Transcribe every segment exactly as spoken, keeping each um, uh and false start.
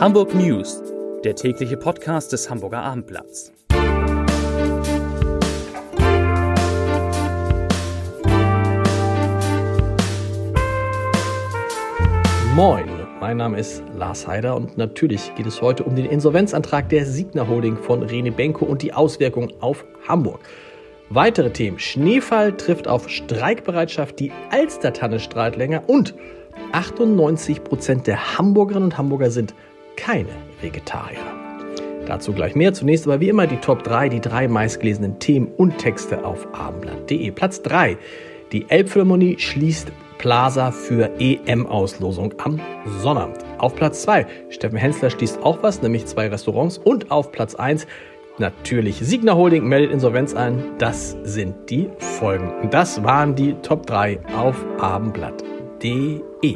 Hamburg News, der tägliche Podcast des Hamburger Abendblatts. Moin, mein Name ist Lars Heider und natürlich geht es heute um den Insolvenzantrag der Signa Holding von Rene Benko und die Auswirkungen auf Hamburg. Weitere Themen: Schneefall trifft auf Streikbereitschaft, die Alstertanne strahlt länger und achtundneunzig Prozent der Hamburgerinnen und Hamburger sind keine Vegetarier. Dazu gleich mehr. Zunächst aber wie immer die Top drei, die drei meistgelesenen Themen und Texte auf abendblatt punkt de. Platz drei. Die Elbphilharmonie schließt Plaza für E M-Auslosung am Sonnabend. Auf Platz zwei. Steffen Hensler schließt auch was, nämlich zwei Restaurants. Und auf Platz eins natürlich Signa Holding meldet Insolvenz ein. Das sind die Folgen. Das waren die Top drei auf abendblatt punkt de.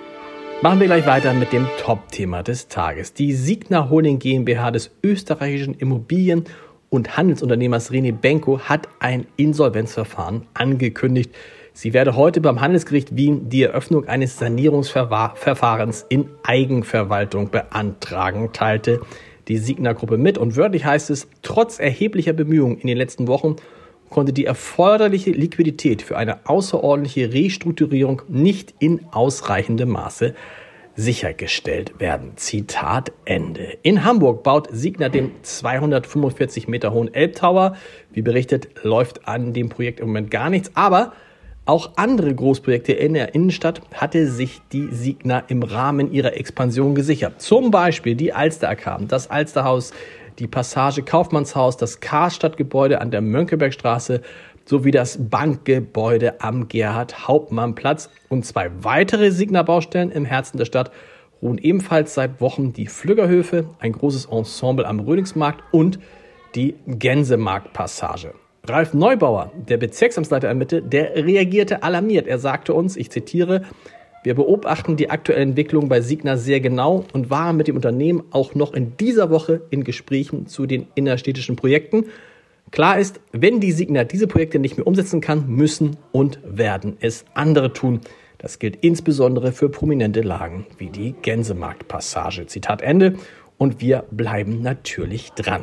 Machen wir gleich weiter mit dem Top-Thema des Tages. Die Signa Holding GmbH des österreichischen Immobilien- und Handelsunternehmers Rene Benko hat ein Insolvenzverfahren angekündigt. Sie werde heute beim Handelsgericht Wien die Eröffnung eines Sanierungsverfahrens in Eigenverwaltung beantragen, teilte die Signa-Gruppe mit. Und wörtlich heißt es, trotz erheblicher Bemühungen in den letzten Wochen konnte die erforderliche Liquidität für eine außerordentliche Restrukturierung nicht in ausreichendem Maße sichergestellt werden. Zitat Ende. In Hamburg baut Signa den zweihundertfünfundvierzig Meter hohen Elbtower. Wie berichtet, läuft an dem Projekt im Moment gar nichts, aber auch andere Großprojekte in der Innenstadt hatte sich die Signa im Rahmen ihrer Expansion gesichert. Zum Beispiel die Alster Arkaden, das Alsterhaus, die Passage Kaufmannshaus, das Karstadtgebäude an der Mönckebergstraße sowie das Bankgebäude am Gerhard-Hauptmann-Platz. Und zwei weitere Signa-Baustellen im Herzen der Stadt ruhen ebenfalls seit Wochen: die Flüggerhöfe, ein großes Ensemble am Rödingsmarkt und die Gänsemarktpassage. Ralf Neubauer, der Bezirksamtsleiter in Mitte, der reagierte alarmiert. Er sagte uns, ich zitiere: Wir beobachten die aktuelle Entwicklung bei Signa sehr genau und waren mit dem Unternehmen auch noch in dieser Woche in Gesprächen zu den innerstädtischen Projekten. Klar ist, wenn die Signa diese Projekte nicht mehr umsetzen kann, müssen und werden es andere tun. Das gilt insbesondere für prominente Lagen wie die Gänsemarktpassage. Zitat Ende. Und wir bleiben natürlich dran.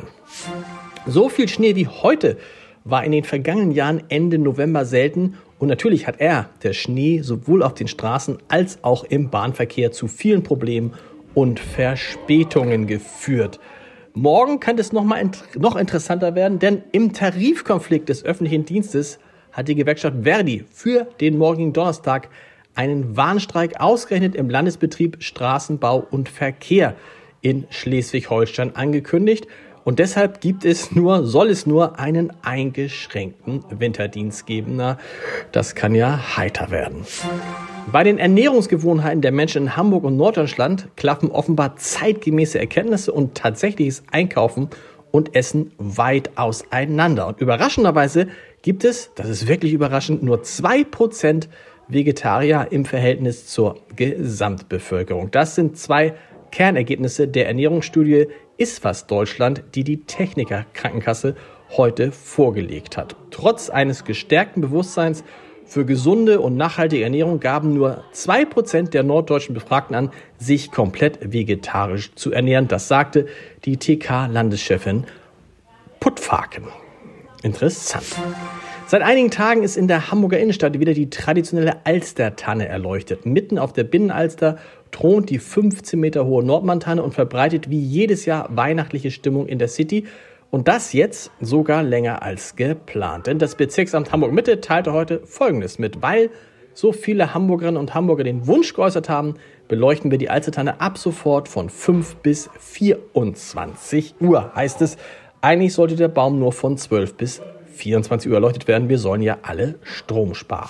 So viel Schnee wie heute war in den vergangenen Jahren Ende November selten. Und natürlich hat er, der Schnee, sowohl auf den Straßen als auch im Bahnverkehr zu vielen Problemen und Verspätungen geführt. Morgen kann es noch mal int- noch interessanter werden, denn im Tarifkonflikt des öffentlichen Dienstes hat die Gewerkschaft Verdi für den morgigen Donnerstag einen Warnstreik ausgerechnet im Landesbetrieb Straßenbau und Verkehr in Schleswig-Holstein angekündigt. Und deshalb gibt es nur, soll es nur einen eingeschränkten Winterdienst geben. Na, das kann ja heiter werden. Bei den Ernährungsgewohnheiten der Menschen in Hamburg und Norddeutschland klaffen offenbar zeitgemäße Erkenntnisse und tatsächliches Einkaufen und Essen weit auseinander. Und überraschenderweise gibt es, das ist wirklich überraschend, nur zwei Prozent Vegetarier im Verhältnis zur Gesamtbevölkerung. Das sind zwei Kernergebnisse der Ernährungsstudie Iswas Deutschland, die die Techniker Krankenkasse heute vorgelegt hat. Trotz eines gestärkten Bewusstseins für gesunde und nachhaltige Ernährung gaben nur zwei Prozent der norddeutschen Befragten an, sich komplett vegetarisch zu ernähren. Das sagte die T K-Landeschefin Puttfaken. Interessant. Seit einigen Tagen ist in der Hamburger Innenstadt wieder die traditionelle Alstertanne erleuchtet. Mitten auf der Binnenalster thront die fünfzehn Meter hohe Nordmann-Tanne und verbreitet wie jedes Jahr weihnachtliche Stimmung in der City. Und das jetzt sogar länger als geplant. Denn das Bezirksamt Hamburg-Mitte teilte heute Folgendes mit. Weil so viele Hamburgerinnen und Hamburger den Wunsch geäußert haben, beleuchten wir die Alstertanne ab sofort von fünf bis vierundzwanzig Uhr. Heißt es, eigentlich sollte der Baum nur von zwölf bis vierundzwanzig Uhr erleuchtet werden. Wir sollen ja alle Strom sparen.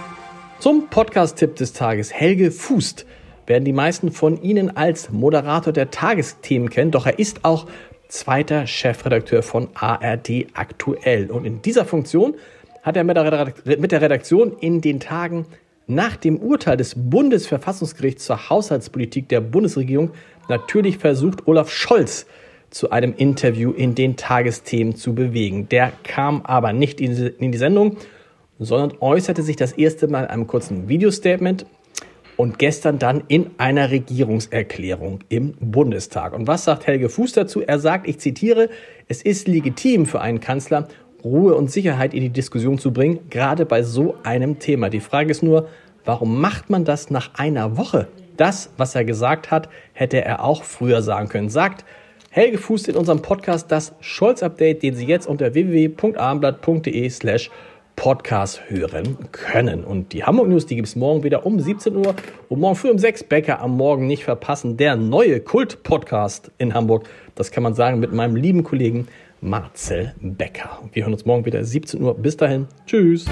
Zum Podcast-Tipp des Tages. Helge Fußt werden die meisten von Ihnen als Moderator der Tagesthemen kennen. Doch er ist auch zweiter Chefredakteur von A R D Aktuell. Und in dieser Funktion hat er mit der Redaktion in den Tagen nach dem Urteil des Bundesverfassungsgerichts zur Haushaltspolitik der Bundesregierung natürlich versucht, Olaf Scholz zu einem Interview in den Tagesthemen zu bewegen. Der kam aber nicht in die Sendung, sondern äußerte sich das erste Mal in einem kurzen Videostatement. und gestern dann in einer Regierungserklärung im Bundestag. Und was sagt Helge Fuß dazu? Er sagt, ich zitiere, es ist legitim für einen Kanzler, Ruhe und Sicherheit in die Diskussion zu bringen, gerade bei so einem Thema. Die Frage ist nur, warum macht man das nach einer Woche? Das, was er gesagt hat, hätte er auch früher sagen können. Sagt Helge Fuß in unserem Podcast das Scholz-Update, den Sie jetzt unter w w w punkt abendblatt punkt de slash podcast hören können. Und die Hamburg News, die gibt es morgen wieder um siebzehn Uhr und morgen früh um sechs. Bäcker am Morgen nicht verpassen. Der neue Kult-Podcast in Hamburg, das kann man sagen, mit meinem lieben Kollegen Marcel Becker. Wir hören uns morgen wieder siebzehn Uhr. Bis dahin. Tschüss.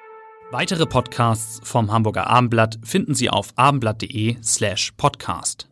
Weitere Podcasts vom Hamburger Abendblatt finden Sie auf abendblatt punkt de slash podcast.